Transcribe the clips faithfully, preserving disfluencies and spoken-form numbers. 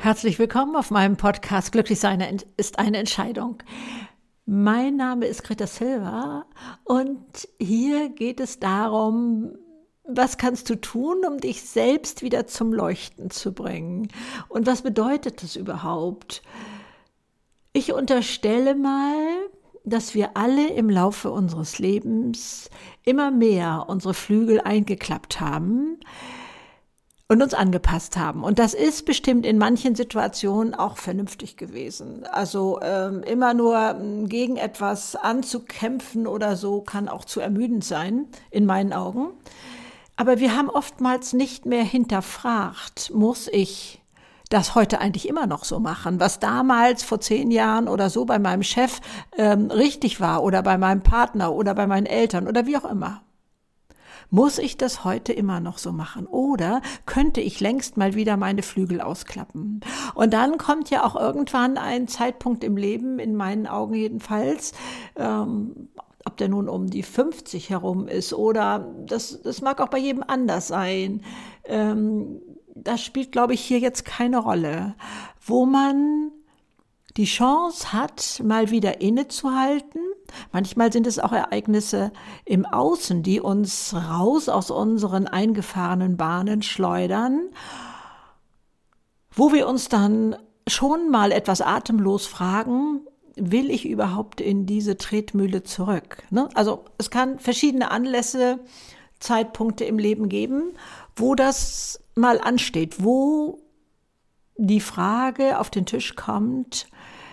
Herzlich willkommen auf meinem Podcast Glücklich sein ist eine Entscheidung. Mein Name ist Greta Silva und hier geht es darum, was kannst du tun, um dich selbst wieder zum Leuchten zu bringen? Und was bedeutet das überhaupt? Ich unterstelle mal, dass wir alle im Laufe unseres Lebens immer mehr unsere Flügel eingeklappt haben und uns angepasst haben. Und das ist bestimmt in manchen Situationen auch vernünftig gewesen. Also ähm, immer nur gegen etwas anzukämpfen oder so kann auch zu ermüdend sein, in meinen Augen. Aber wir haben oftmals nicht mehr hinterfragt, muss ich das heute eigentlich immer noch so machen, was damals vor zehn Jahren oder so bei meinem Chef ähm, richtig war oder bei meinem Partner oder bei meinen Eltern oder wie auch immer. Muss ich das heute immer noch so machen? Oder könnte ich längst mal wieder meine Flügel ausklappen? Und dann kommt ja auch irgendwann ein Zeitpunkt im Leben, in meinen Augen jedenfalls, ähm, ob der nun um die fünfzig herum ist oder das, das mag auch bei jedem anders sein. Ähm, das spielt, glaube ich, hier jetzt keine Rolle, wo man die Chance hat, mal wieder innezuhalten. Manchmal sind es auch Ereignisse im Außen, die uns raus aus unseren eingefahrenen Bahnen schleudern, wo wir uns dann schon mal etwas atemlos fragen, will ich überhaupt in diese Tretmühle zurück? Ne? Also es kann verschiedene Anlässe, Zeitpunkte im Leben geben, wo das mal ansteht, wo die Frage auf den Tisch kommt,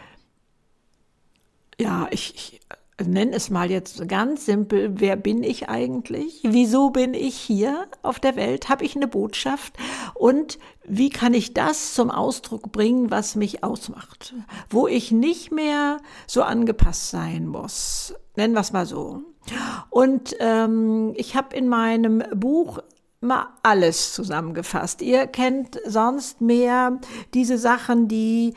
ja, ich, ich nenne es mal jetzt ganz simpel, wer bin ich eigentlich? Wieso bin ich hier auf der Welt? Habe ich eine Botschaft? Und wie kann ich das zum Ausdruck bringen, was mich ausmacht? Wo ich nicht mehr so angepasst sein muss. Nennen wir es mal so. Und ähm, ich habe in meinem Buch mal alles zusammengefasst. Ihr kennt sonst mehr diese Sachen, die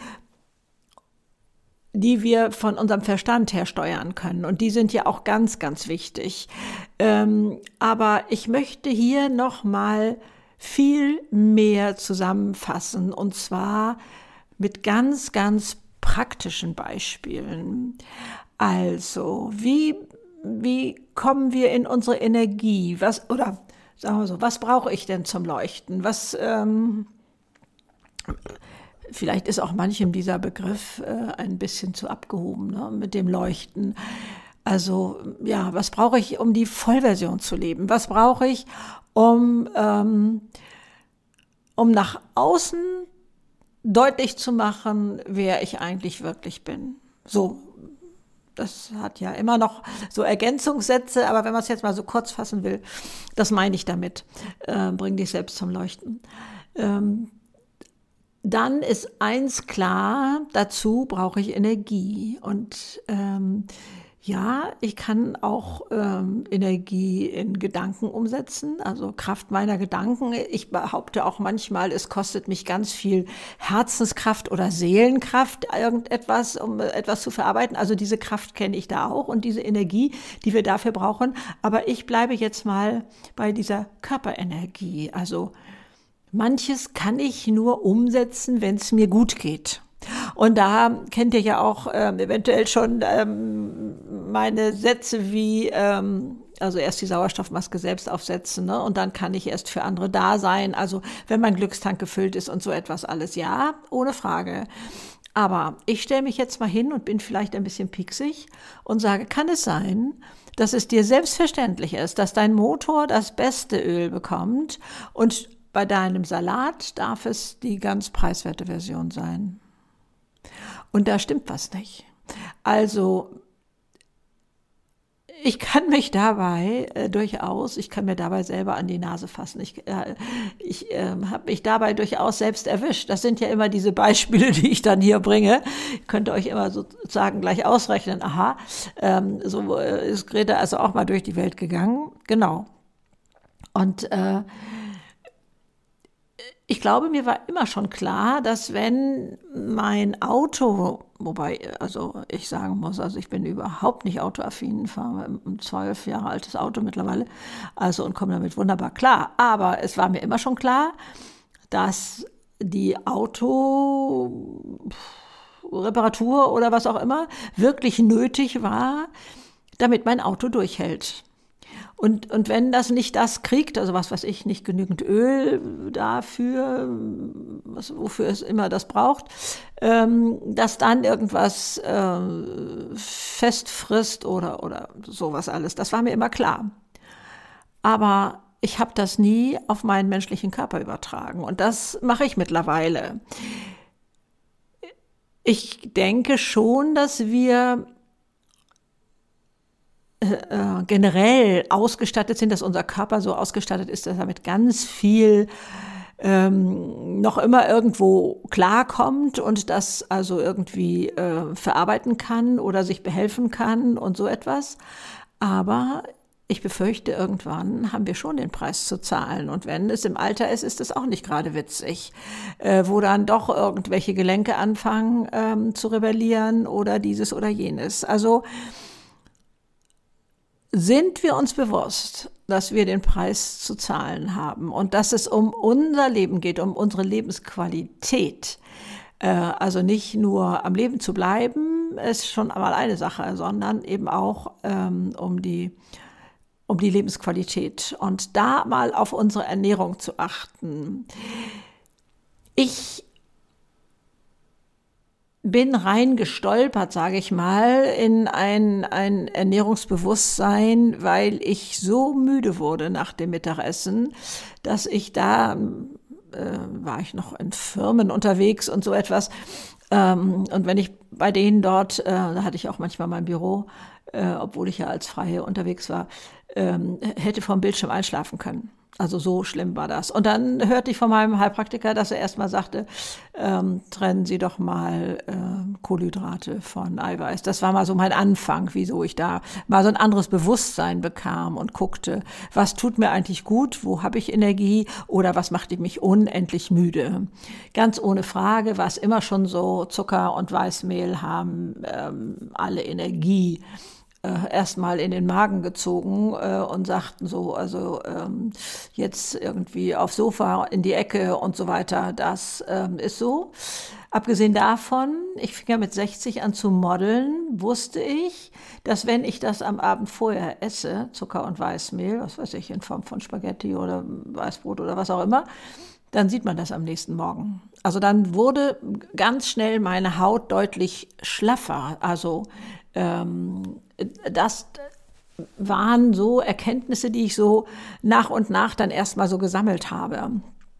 die wir von unserem Verstand her steuern können. Und die sind ja auch ganz, ganz wichtig. Ähm, aber ich möchte hier noch mal viel mehr zusammenfassen, und zwar mit ganz, ganz praktischen Beispielen. Also, wie, wie kommen wir in unsere Energie? Was, oder sagen wir so, was brauche ich denn zum Leuchten? Was, ähm, Vielleicht ist auch manchem dieser Begriff äh, ein bisschen zu abgehoben, ne, mit dem Leuchten. Also ja, was brauche ich, um die Vollversion zu leben? Was brauche ich, um, ähm, um nach außen deutlich zu machen, wer ich eigentlich wirklich bin? So, das hat ja immer noch so Ergänzungssätze, aber wenn man es jetzt mal so kurz fassen will, das meine ich damit. Äh, bring dich selbst zum Leuchten. Ähm, Dann ist eins klar, dazu brauche ich Energie. Und ähm, ja, ich kann auch ähm, Energie in Gedanken umsetzen, also Kraft meiner Gedanken. Ich behaupte auch manchmal, es kostet mich ganz viel Herzenskraft oder Seelenkraft, irgendetwas, um etwas zu verarbeiten. Also diese Kraft kenne ich da auch und diese Energie, die wir dafür brauchen. Aber ich bleibe jetzt mal bei dieser Körperenergie, also manches kann ich nur umsetzen, wenn es mir gut geht. Und da kennt ihr ja auch ähm, eventuell schon ähm, meine Sätze wie, ähm, also erst die Sauerstoffmaske selbst aufsetzen, ne? Und dann kann ich erst für andere da sein. Also wenn mein Glückstank gefüllt ist und so etwas alles. Ja, ohne Frage. Aber ich stelle mich jetzt mal hin und bin vielleicht ein bisschen pieksig und sage, kann es sein, dass es dir selbstverständlich ist, dass dein Motor das beste Öl bekommt und bei deinem Salat darf es die ganz preiswerte Version sein. Und da stimmt was nicht. Also ich kann mich dabei äh, durchaus, ich kann mir dabei selber an die Nase fassen. Ich, äh, ich äh, habe mich dabei durchaus selbst erwischt. Das sind ja immer diese Beispiele, die ich dann hier bringe. Ihr könnt euch immer sozusagen gleich ausrechnen, aha, ähm, so ist Greta also auch mal durch die Welt gegangen. Genau. Und äh, ich glaube, mir war immer schon klar, dass wenn mein Auto, wobei, also ich sagen muss, also ich bin überhaupt nicht autoaffin, fahre ein zwölf Jahre altes Auto mittlerweile, also und komme damit wunderbar klar. Aber es war mir immer schon klar, dass die Autoreparatur oder was auch immer wirklich nötig war, damit mein Auto durchhält. Und, und wenn das nicht das kriegt, also was weiß ich, nicht genügend Öl dafür, was, wofür es immer das braucht, ähm, dass dann irgendwas äh, festfrisst oder, oder sowas alles, das war mir immer klar. Aber ich habe das nie auf meinen menschlichen Körper übertragen und das mache ich mittlerweile. Ich denke schon, dass wir Äh, generell ausgestattet sind, dass unser Körper so ausgestattet ist, dass er mit ganz viel ähm, noch immer irgendwo klarkommt und das also irgendwie äh, verarbeiten kann oder sich behelfen kann und so etwas. Aber ich befürchte, irgendwann haben wir schon den Preis zu zahlen. Und wenn es im Alter ist, ist es auch nicht gerade witzig, äh, wo dann doch irgendwelche Gelenke anfangen ähm, zu rebellieren oder dieses oder jenes. Also sind wir uns bewusst, dass wir den Preis zu zahlen haben und dass es um unser Leben geht, um unsere Lebensqualität. Äh, also nicht nur am Leben zu bleiben, ist schon einmal eine Sache, sondern eben auch ähm, um die, um die Lebensqualität und da mal auf unsere Ernährung zu achten. Ich bin reingestolpert, sage ich mal, in ein, ein Ernährungsbewusstsein, weil ich so müde wurde nach dem Mittagessen, dass ich da, äh, war ich noch in Firmen unterwegs und so etwas. Ähm, und wenn ich bei denen dort, äh, da hatte ich auch manchmal mein Büro, äh, obwohl ich ja als Freie unterwegs war, ähm, hätte vom Bildschirm einschlafen können. Also so schlimm war das. Und dann hörte ich von meinem Heilpraktiker, dass er erstmal sagte, ähm, trennen Sie doch mal äh, Kohlenhydrate von Eiweiß. Das war mal so mein Anfang, wieso ich da mal so ein anderes Bewusstsein bekam und guckte, was tut mir eigentlich gut, wo habe ich Energie oder was macht mich unendlich müde. Ganz ohne Frage war es immer schon so, Zucker und Weißmehl haben ähm, alle Energie Äh, erstmal in den Magen gezogen äh, und sagten so, also ähm, jetzt irgendwie aufs Sofa in die Ecke und so weiter, das ähm, ist so. Abgesehen davon, ich fing ja mit sechzig an zu modeln, wusste ich, dass wenn ich das am Abend vorher esse, Zucker und Weißmehl, was weiß ich, in Form von Spaghetti oder Weißbrot oder was auch immer, dann sieht man das am nächsten Morgen. Also dann wurde ganz schnell meine Haut deutlich schlaffer, also ähm, das waren so Erkenntnisse, die ich so nach und nach dann erstmal so gesammelt habe.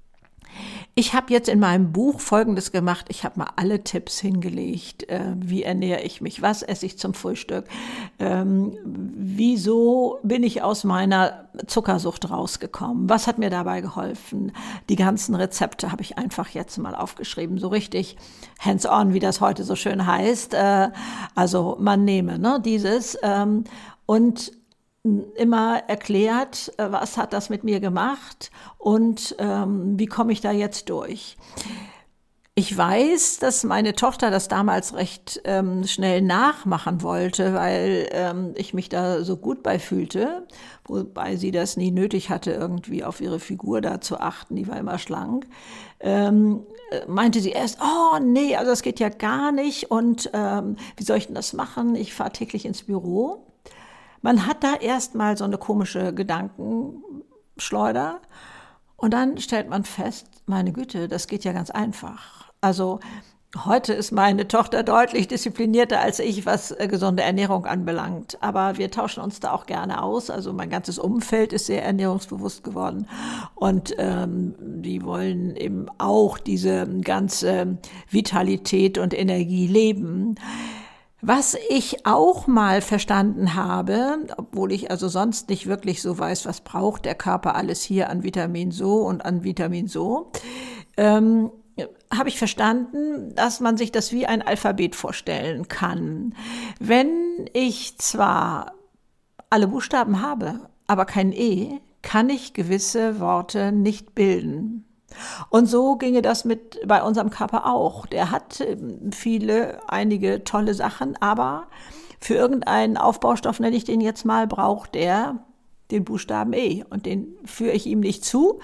Ich habe jetzt in meinem Buch Folgendes gemacht. Ich habe mal alle Tipps hingelegt. Äh, wie ernähre ich mich? Was esse ich zum Frühstück? Ähm, wieso bin ich aus meiner Zuckersucht rausgekommen? Was hat mir dabei geholfen? Die ganzen Rezepte habe ich einfach jetzt mal aufgeschrieben. So richtig hands-on, wie das heute so schön heißt. Äh, also man nehme ne, dieses ähm, und immer erklärt, was hat das mit mir gemacht und ähm, wie komme ich da jetzt durch. Ich weiß, dass meine Tochter das damals recht ähm, schnell nachmachen wollte, weil ähm, ich mich da so gut bei fühlte, wobei sie das nie nötig hatte, irgendwie auf ihre Figur da zu achten, die war immer schlank. Ähm, meinte sie erst, oh nee, also das geht ja gar nicht und ähm, wie soll ich denn das machen? Ich fahre täglich ins Büro. Man hat da erstmal so eine komische Gedankenschleuder und dann stellt man fest, meine Güte, das geht ja ganz einfach. Also heute ist meine Tochter deutlich disziplinierter als ich, was äh, gesunde Ernährung anbelangt. Aber wir tauschen uns da auch gerne aus. Also mein ganzes Umfeld ist sehr ernährungsbewusst geworden. Und ähm, die wollen eben auch diese ganze Vitalität und Energie leben. Was ich auch mal verstanden habe, obwohl ich also sonst nicht wirklich so weiß, was braucht der Körper alles hier an Vitamin so und an Vitamin so, ähm, habe ich verstanden, dass man sich das wie ein Alphabet vorstellen kann. Wenn ich zwar alle Buchstaben habe, aber kein E, kann ich gewisse Worte nicht bilden. Und so ginge das mit bei unserem Körper auch. Der hat viele, einige tolle Sachen, aber für irgendeinen Aufbaustoff, nenne ich den jetzt mal, braucht der den Buchstaben E. Und den führe ich ihm nicht zu.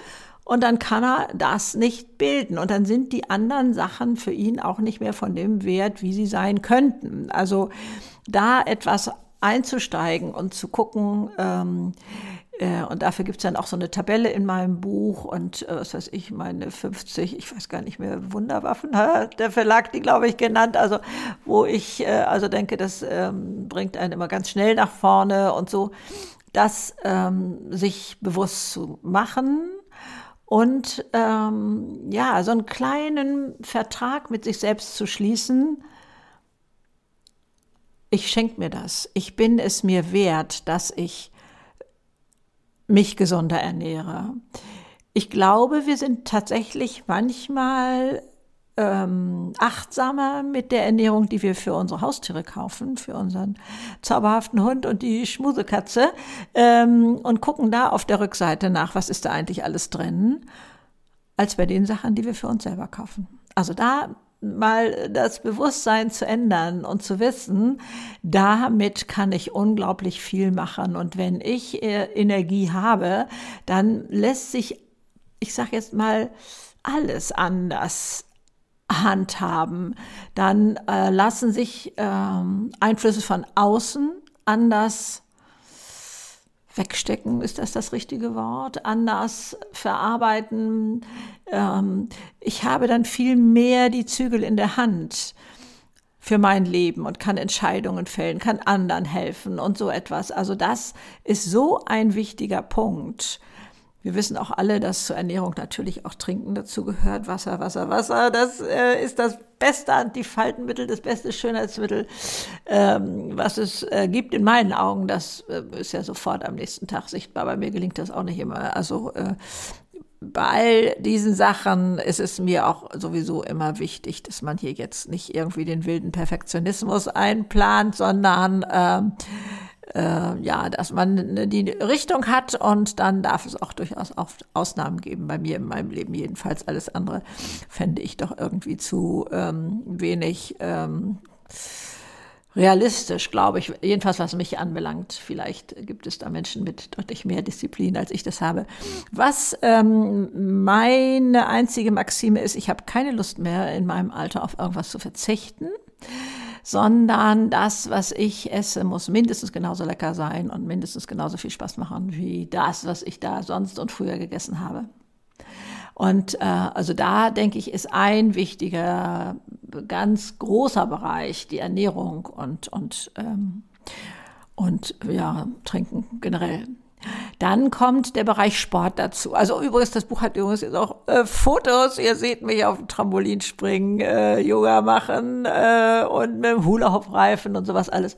Und dann kann er das nicht bilden. Und dann sind die anderen Sachen für ihn auch nicht mehr von dem Wert, wie sie sein könnten. Also da etwas einzusteigen und zu gucken, ähm, äh, und dafür gibt es dann auch so eine Tabelle in meinem Buch und äh, was weiß ich, meine fünfzig, ich weiß gar nicht mehr, Wunderwaffen, hat der Verlag die, glaube ich, genannt, also wo ich äh, also denke, das ähm, bringt einen immer ganz schnell nach vorne und so, das ähm, sich bewusst zu machen. Und ähm, ja, so einen kleinen Vertrag mit sich selbst zu schließen, ich schenke mir das. Ich bin es mir wert, dass ich mich gesunder ernähre. Ich glaube, wir sind tatsächlich manchmal ähm, achtsamer mit der Ernährung, die wir für unsere Haustiere kaufen, für unseren zauberhaften Hund und die Schmusekatze, ähm, und gucken da auf der Rückseite nach, was ist da eigentlich alles drin, als bei den Sachen, die wir für uns selber kaufen. Also da mal das Bewusstsein zu ändern und zu wissen, damit kann ich unglaublich viel machen. Und wenn ich äh, Energie habe, dann lässt sich, ich sage jetzt mal, alles anders handhaben. Dann äh, lassen sich ähm, Einflüsse von außen anders wegstecken, ist das das richtige Wort, anders verarbeiten. Ähm, ich habe dann viel mehr die Zügel in der Hand für mein Leben und kann Entscheidungen fällen, kann anderen helfen und so etwas. Also das ist so ein wichtiger Punkt. Wir wissen auch alle, dass zur Ernährung natürlich auch Trinken dazu gehört. Wasser, Wasser, Wasser, das äh, ist das beste Antifaltenmittel, das beste Schönheitsmittel, ähm, was es äh, gibt in meinen Augen. Das äh, ist ja sofort am nächsten Tag sichtbar. Bei mir gelingt das auch nicht immer. Also äh, bei all diesen Sachen ist es mir auch sowieso immer wichtig, dass man hier jetzt nicht irgendwie den wilden Perfektionismus einplant, sondern ähm, Äh, ja, dass man die Richtung hat und dann darf es auch durchaus auch Ausnahmen geben. Bei mir in meinem Leben jedenfalls. Alles andere fände ich doch irgendwie zu ähm, wenig ähm, realistisch, glaube ich. Jedenfalls, was mich anbelangt. Vielleicht gibt es da Menschen mit deutlich mehr Disziplin, als ich das habe. Was ähm, meine einzige Maxime ist, ich habe keine Lust mehr in meinem Alter auf irgendwas zu verzichten, sondern das, was ich esse, muss mindestens genauso lecker sein und mindestens genauso viel Spaß machen wie das, was ich da sonst und früher gegessen habe. Und äh, also da, denke ich, ist ein wichtiger, ganz großer Bereich die Ernährung und, und, ähm, und ja, Trinken generell. Dann kommt der Bereich Sport dazu. Also übrigens, das Buch hat übrigens jetzt auch äh, Fotos. Ihr seht mich auf dem Trampolin springen, äh, Yoga machen äh, und mit dem Hula-Hoop-Reifen und sowas alles.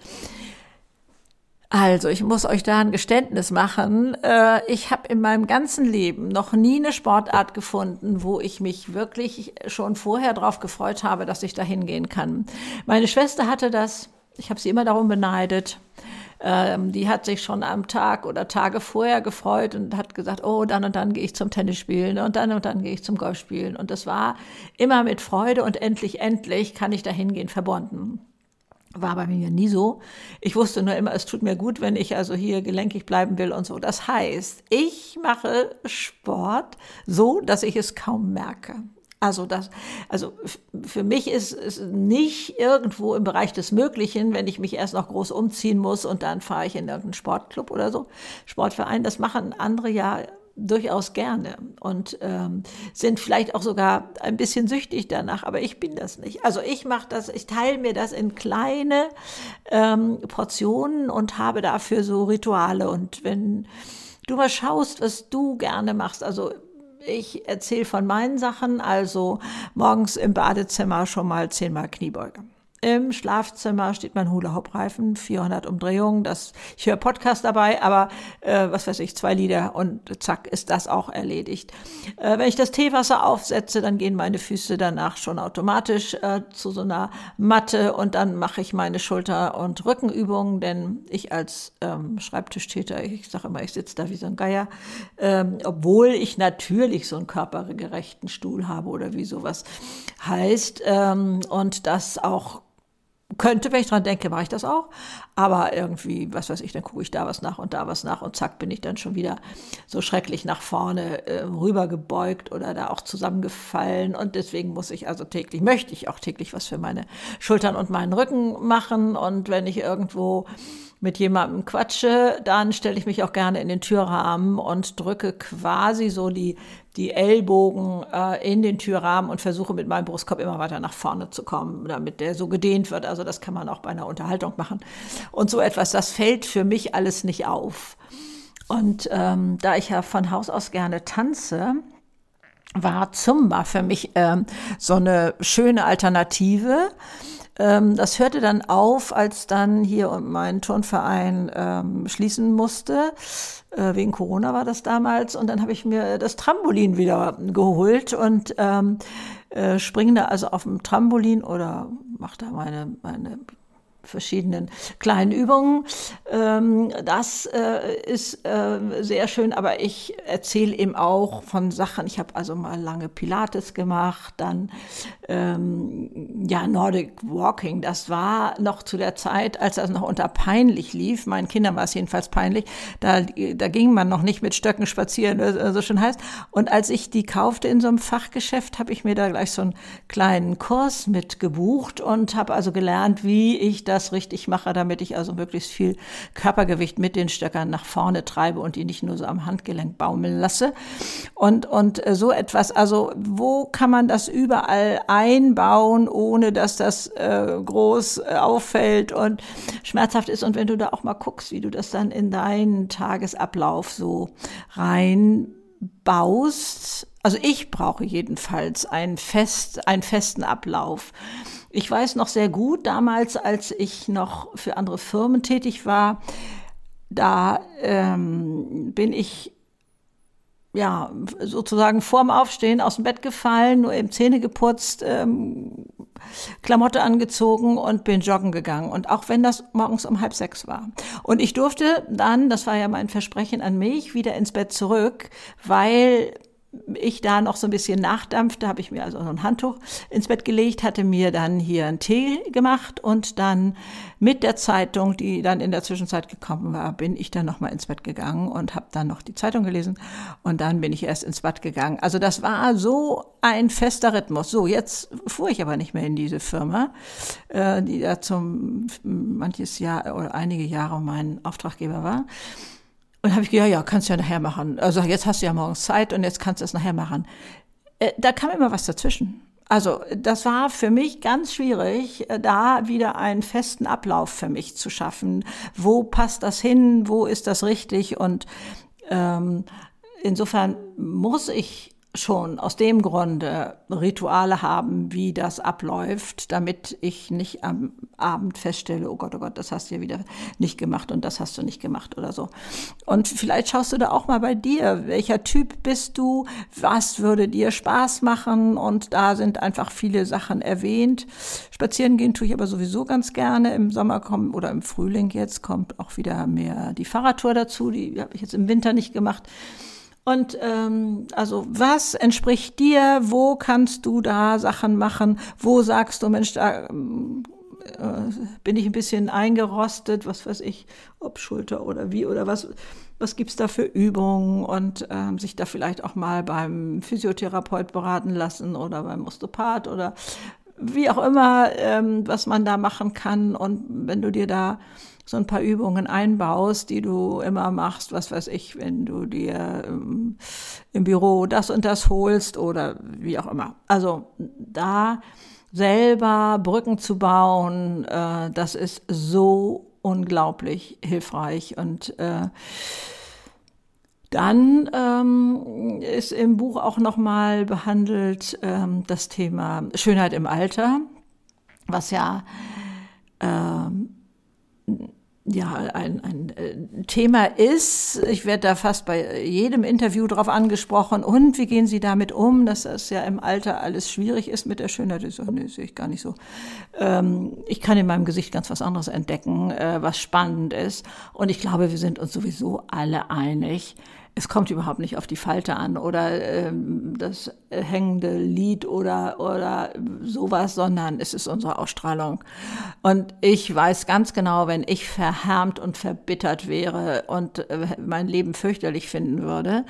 Also, ich muss euch da ein Geständnis machen. Äh, ich habe in meinem ganzen Leben noch nie eine Sportart gefunden, wo ich mich wirklich schon vorher drauf gefreut habe, dass ich da hingehen kann. Meine Schwester hatte das. Ich habe sie immer darum beneidet. Ähm, die hat sich schon am Tag oder Tage vorher gefreut und hat gesagt, oh, dann und dann gehe ich zum Tennisspielen und dann und dann gehe ich zum Golfspielen. Und das war immer mit Freude und endlich, endlich kann ich da hingehen verbunden. War bei mir nie so. Ich wusste nur immer, es tut mir gut, wenn ich also hier gelenkig bleiben will und so. Das heißt, ich mache Sport so, dass ich es kaum merke. Also das, also für mich ist es nicht irgendwo im Bereich des Möglichen, wenn ich mich erst noch groß umziehen muss und dann fahre ich in irgendeinen Sportclub oder so, Sportverein. Das machen andere ja durchaus gerne und ähm, sind vielleicht auch sogar ein bisschen süchtig danach, aber ich bin das nicht. Also ich mache das, ich teile mir das in kleine ähm, Portionen und habe dafür so Rituale. Und wenn du mal schaust, was du gerne machst, also ich erzähle von meinen Sachen, also morgens im Badezimmer schon mal zehnmal Kniebeuge. Im Schlafzimmer steht mein Hula-Hoop-Reifen, vierhundert Umdrehungen. Das, ich höre Podcast dabei, aber äh, was weiß ich, zwei Lieder und zack, ist das auch erledigt. Äh, wenn ich das Teewasser aufsetze, dann gehen meine Füße danach schon automatisch äh, zu so einer Matte und dann mache ich meine Schulter- und Rückenübungen, denn ich als ähm, Schreibtischtäter, ich sage immer, ich sitze da wie so ein Geier, ähm, obwohl ich natürlich so einen körpergerechten Stuhl habe oder wie sowas heißt ähm, und das auch könnte, wenn ich dran denke, mache ich das auch. Aber irgendwie, was weiß ich, dann gucke ich da was nach und da was nach und zack, bin ich dann schon wieder so schrecklich nach vorne äh, rübergebeugt oder da auch zusammengefallen. Und deswegen muss ich also täglich, möchte ich auch täglich was für meine Schultern und meinen Rücken machen. Und wenn ich irgendwo mit jemandem quatsche, dann stelle ich mich auch gerne in den Türrahmen und drücke quasi so die, die Ellbogen äh, in den Türrahmen und versuche mit meinem Brustkorb immer weiter nach vorne zu kommen, damit der so gedehnt wird. Also das kann man auch bei einer Unterhaltung machen. Und so etwas, das fällt für mich alles nicht auf. Und ähm, da ich ja von Haus aus gerne tanze, war Zumba für mich ähm, so eine schöne Alternative. Das hörte dann auf, als dann hier mein Turnverein ähm, schließen musste. Äh, wegen Corona war das damals. Und dann habe ich mir das Trampolin wieder geholt und ähm, äh, springe da also auf dem Trampolin oder mache da meine, meine verschiedenen kleinen Übungen. Ähm, das äh, ist äh, sehr schön, aber ich erzähle eben auch von Sachen. Ich habe also mal lange Pilates gemacht, dann ähm, ja Nordic Walking. Das war noch zu der Zeit, als das noch unter peinlich lief. Meinen Kindern war es jedenfalls peinlich. Da, da ging man noch nicht mit Stöcken spazieren, äh, so schön heißt. Und als ich die kaufte in so einem Fachgeschäft, habe ich mir da gleich so einen kleinen Kurs mit gebucht und habe also gelernt, wie ich das richtig mache, damit ich also möglichst viel Körpergewicht mit den Stöckern nach vorne treibe und die nicht nur so am Handgelenk baumeln lasse. Und, und so etwas, also wo kann man das überall einbauen, ohne dass das äh, groß äh, auffällt und schmerzhaft ist? Und wenn du da auch mal guckst, wie du das dann in deinen Tagesablauf so reinbaust, also ich brauche jedenfalls einen, fest, einen festen Ablauf. Ich weiß noch sehr gut, damals, als ich noch für andere Firmen tätig war, da ähm, bin ich ja sozusagen vorm Aufstehen aus dem Bett gefallen, nur eben Zähne geputzt, ähm, Klamotte angezogen und bin joggen gegangen. Und auch wenn das morgens um halb sechs war. Und ich durfte dann, das war ja mein Versprechen an mich, wieder ins Bett zurück, weil ich da noch so ein bisschen nachdampfte, habe ich mir also so ein Handtuch ins Bett gelegt, hatte mir dann hier einen Tee gemacht und dann mit der Zeitung, die dann in der Zwischenzeit gekommen war, bin ich dann nochmal ins Bett gegangen und habe dann noch die Zeitung gelesen und dann bin ich erst ins Bad gegangen. Also das war so ein fester Rhythmus. So, jetzt fuhr ich aber nicht mehr in diese Firma, äh, die da zum manches Jahr oder einige Jahre mein Auftraggeber war. Und habe ich gedacht, ja, ja, kannst du ja nachher machen. Also jetzt hast du ja morgens Zeit und jetzt kannst du es nachher machen. Äh, da kam immer was dazwischen. Also das war für mich ganz schwierig, da wieder einen festen Ablauf für mich zu schaffen. Wo passt das hin? Wo ist das richtig? Und ähm, insofern muss ich schon aus dem Grunde Rituale haben, wie das abläuft, damit ich nicht am Abend feststelle, oh Gott, oh Gott, das hast du ja wieder nicht gemacht und das hast du nicht gemacht oder so. Und vielleicht schaust du da auch mal bei dir, welcher Typ bist du, was würde dir Spaß machen, und da sind einfach viele Sachen erwähnt. Spazieren gehen tue ich aber sowieso ganz gerne. Im Sommer kommt oder im Frühling jetzt kommt auch wieder mehr die Fahrradtour dazu, die habe ich jetzt im Winter nicht gemacht. Und ähm, also was entspricht dir? Wo kannst du da Sachen machen? Wo sagst du, Mensch, da ähm, äh, bin ich ein bisschen eingerostet, was weiß ich, ob Schulter oder wie oder was, was gibt's da für Übungen? Und ähm, sich da vielleicht auch mal beim Physiotherapeut beraten lassen oder beim Osteopath oder wie auch immer, ähm, was man da machen kann. Und wenn du dir da so ein paar Übungen einbaust, die du immer machst, was weiß ich, wenn du dir ähm, im Büro das und das holst oder wie auch immer. Also da selber Brücken zu bauen, äh, das ist so unglaublich hilfreich. Und äh, dann ähm, ist im Buch auch nochmal behandelt ähm, das Thema Schönheit im Alter, was ja ähm, ja, ein, ein Thema ist. Ich werde da fast bei jedem Interview drauf angesprochen. Und wie gehen Sie damit um, dass das ja im Alter alles schwierig ist mit der Schönheit? Ich sage, nee, sehe ich gar nicht so. Ähm, ich kann in meinem Gesicht ganz was anderes entdecken, äh, was spannend ist. Und ich glaube, wir sind uns sowieso alle einig. Es kommt überhaupt nicht auf die Falte an oder ähm, das hängende Lied oder, oder sowas, sondern es ist unsere Ausstrahlung. Und ich weiß ganz genau, wenn ich verhärmt und verbittert wäre und äh, mein Leben fürchterlich finden würde,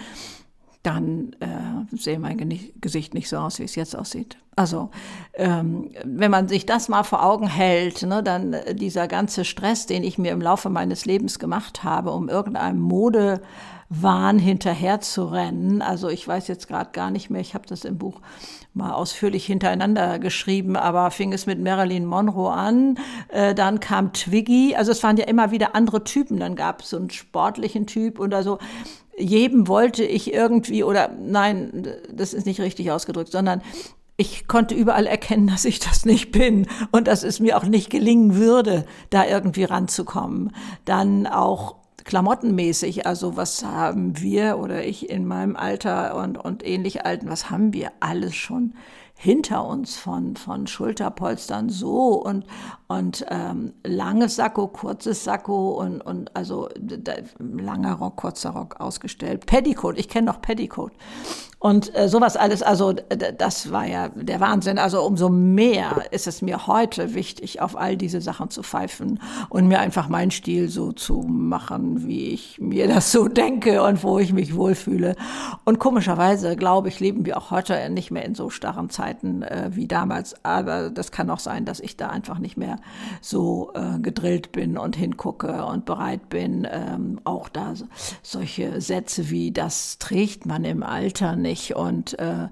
dann äh, sehe mein Gesicht nicht so aus, wie es jetzt aussieht. Also ähm, wenn man sich das mal vor Augen hält, ne, dann äh, dieser ganze Stress, den ich mir im Laufe meines Lebens gemacht habe, um irgendeinem Modewahn hinterher zu rennen. Also ich weiß jetzt gerade gar nicht mehr, ich habe das im Buch mal ausführlich hintereinander geschrieben, aber fing es mit Marilyn Monroe an, äh, dann kam Twiggy, also es waren ja immer wieder andere Typen, dann gab es so einen sportlichen Typ oder so. Jedem wollte ich irgendwie, oder nein, das ist nicht richtig ausgedrückt, sondern ich konnte überall erkennen, dass ich das nicht bin und dass es mir auch nicht gelingen würde, da irgendwie ranzukommen. Dann auch klamottenmäßig, also was haben wir oder ich in meinem Alter und, und ähnlich Alten, was haben wir alles schon hinter uns von, von Schulterpolstern so und, und ähm, langes Sakko, kurzes Sakko und, und also da, langer Rock, kurzer Rock ausgestellt. Petticoat, ich kenne noch Petticoat. Und äh, sowas alles, also d- das war ja der Wahnsinn. Also umso mehr ist es mir heute wichtig, auf all diese Sachen zu pfeifen und mir einfach meinen Stil so zu machen, wie ich mir das so denke und wo ich mich wohlfühle. Und komischerweise, glaube ich, leben wir auch heute nicht mehr in so starren Zeiten äh, wie damals. Aber das kann auch sein, dass ich da einfach nicht mehr so äh, gedrillt bin und hingucke und bereit bin, ähm, auch da so, solche Sätze wie, das trägt man im Alter nicht und äh,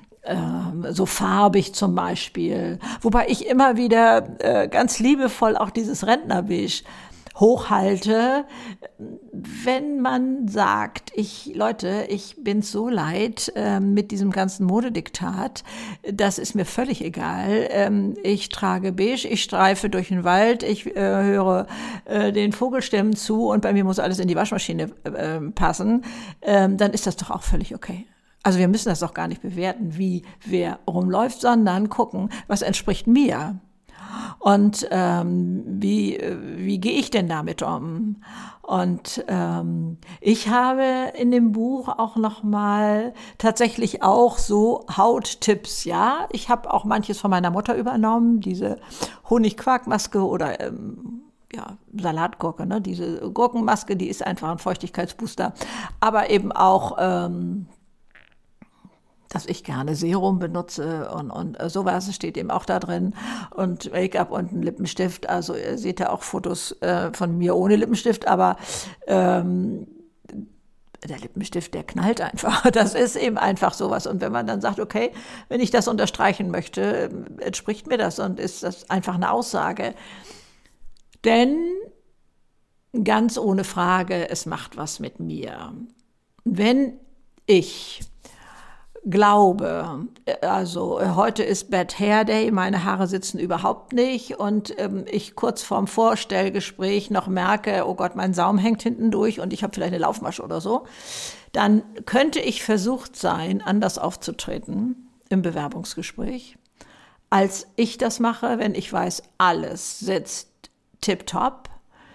äh, so farbig zum Beispiel. Wobei ich immer wieder äh, ganz liebevoll auch dieses Rentnerbeige hochhalte, wenn man sagt, ich, Leute, ich bin so leid äh, mit diesem ganzen Modediktat, das ist mir völlig egal. Ähm, ich trage beige, ich streife durch den Wald, ich äh, höre äh, den Vogelstimmen zu und bei mir muss alles in die Waschmaschine äh, passen, ähm, dann ist das doch auch völlig okay. Also wir müssen das doch gar nicht bewerten, wie wer rumläuft, sondern gucken, was entspricht mir. Und ähm, wie, wie gehe ich denn damit um? Und ähm, ich habe in dem Buch auch noch mal tatsächlich auch so Hauttipps, ja. Ich habe auch manches von meiner Mutter übernommen, diese Honigquarkmaske oder ähm, ja, Salatgurke, ne? Diese Gurkenmaske, die ist einfach ein Feuchtigkeitsbooster. Aber eben auch ähm, dass ich gerne Serum benutze und, und sowas steht eben auch da drin und Make-up und ein Lippenstift. Also ihr seht ja auch Fotos äh, von mir ohne Lippenstift, aber ähm, der Lippenstift, der knallt einfach. Das ist eben einfach sowas. Und wenn man dann sagt, okay, wenn ich das unterstreichen möchte, entspricht mir das und ist das einfach eine Aussage. Denn ganz ohne Frage, es macht was mit mir. Wenn ich glaube, also heute ist Bad Hair Day, meine Haare sitzen überhaupt nicht und ähm, ich kurz vorm Vorstellgespräch noch merke, oh Gott, mein Saum hängt hinten durch und ich habe vielleicht eine Laufmasche oder so, dann könnte ich versucht sein, anders aufzutreten im Bewerbungsgespräch, als ich das mache, wenn ich weiß, alles sitzt tipptopp.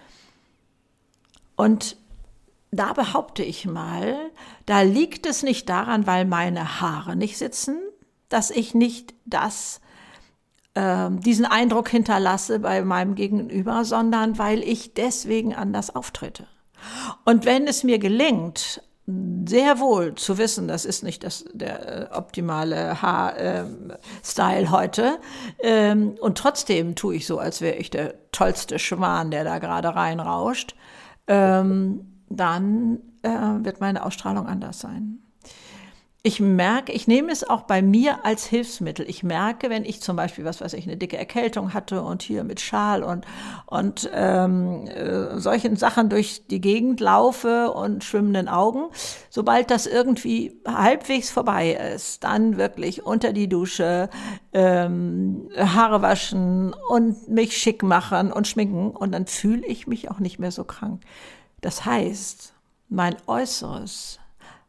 Und da behaupte ich mal, da liegt es nicht daran, weil meine Haare nicht sitzen, dass ich nicht das, äh, diesen Eindruck hinterlasse bei meinem Gegenüber, sondern weil ich deswegen anders auftrete. Und wenn es mir gelingt, sehr wohl zu wissen, das ist nicht das, der äh, optimale Haarstyle äh, heute, ähm, und trotzdem tue ich so, als wäre ich der tollste Schwan, der da gerade reinrauscht, ähm, dann äh, wird meine Ausstrahlung anders sein. Ich merke, ich nehme es auch bei mir als Hilfsmittel. Ich merke, wenn ich zum Beispiel, was weiß ich, eine dicke Erkältung hatte und hier mit Schal und, und ähm, äh, solchen Sachen durch die Gegend laufe und schwimmenden Augen, sobald das irgendwie halbwegs vorbei ist, dann wirklich unter die Dusche, ähm, Haare waschen und mich schick machen und schminken und dann fühle ich mich auch nicht mehr so krank. Das heißt, mein Äußeres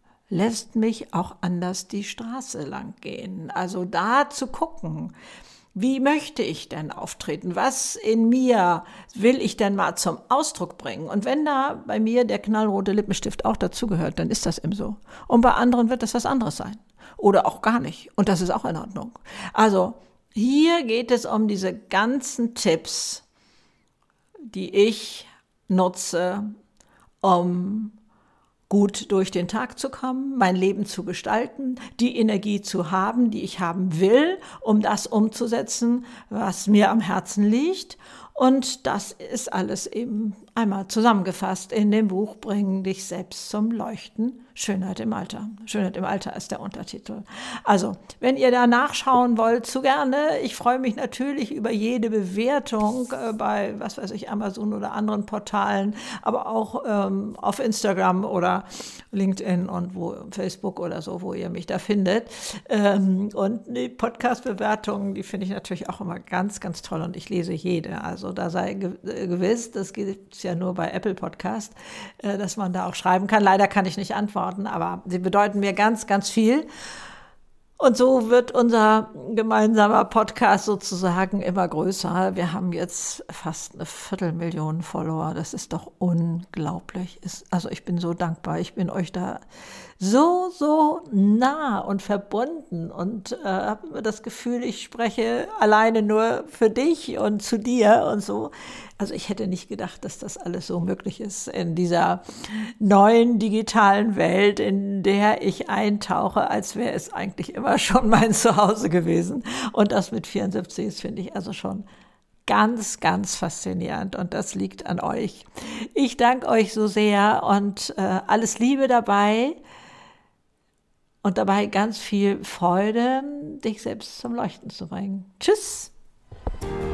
lässt mich auch anders die Straße lang gehen. Also da zu gucken, Wie möchte ich denn auftreten? Was in mir will ich denn mal zum Ausdruck bringen? Und wenn da bei mir der knallrote Lippenstift auch dazugehört, dann ist das eben so. Und bei anderen wird das was anderes sein. Oder auch gar nicht. Und das ist auch in Ordnung. Also hier geht es um diese ganzen Tipps, die ich nutze, um gut durch den Tag zu kommen, mein Leben zu gestalten, die Energie zu haben, die ich haben will, um das umzusetzen, was mir am Herzen liegt. Und das ist alles eben einmal zusammengefasst in dem Buch Bring dich selbst zum Leuchten. Schönheit im Alter. Schönheit im Alter ist der Untertitel. Also, wenn ihr da nachschauen wollt, zu gerne. Ich freue mich natürlich über jede Bewertung äh, bei, was weiß ich, Amazon oder anderen Portalen, aber auch ähm, auf Instagram oder LinkedIn und wo Facebook oder so, wo ihr mich da findet. Ähm, und die Podcast-Bewertungen, die finde ich natürlich auch immer ganz, ganz toll und ich lese jede. Also da sei ge- gewiss, das gibt es ja nur bei Apple Podcast, äh, dass man da auch schreiben kann. Leider kann ich nicht antworten, aber sie bedeuten mir ganz, ganz viel. Und so wird unser gemeinsamer Podcast sozusagen immer größer. Wir haben jetzt fast eine Viertelmillion Follower. Das ist doch unglaublich. Also ich bin so dankbar. Ich bin euch da so, so nah und verbunden und äh, habe immer das Gefühl, ich spreche alleine nur für dich und zu dir und so. Also ich hätte nicht gedacht, dass das alles so möglich ist in dieser neuen digitalen Welt, in der ich eintauche, als wäre es eigentlich immer schon mein Zuhause gewesen. Und das mit vierundsiebzig ist, finde ich, also schon ganz, ganz faszinierend und das liegt an euch. Ich danke euch so sehr und äh, alles Liebe dabei und dabei ganz viel Freude, dich selbst zum Leuchten zu bringen. Tschüss!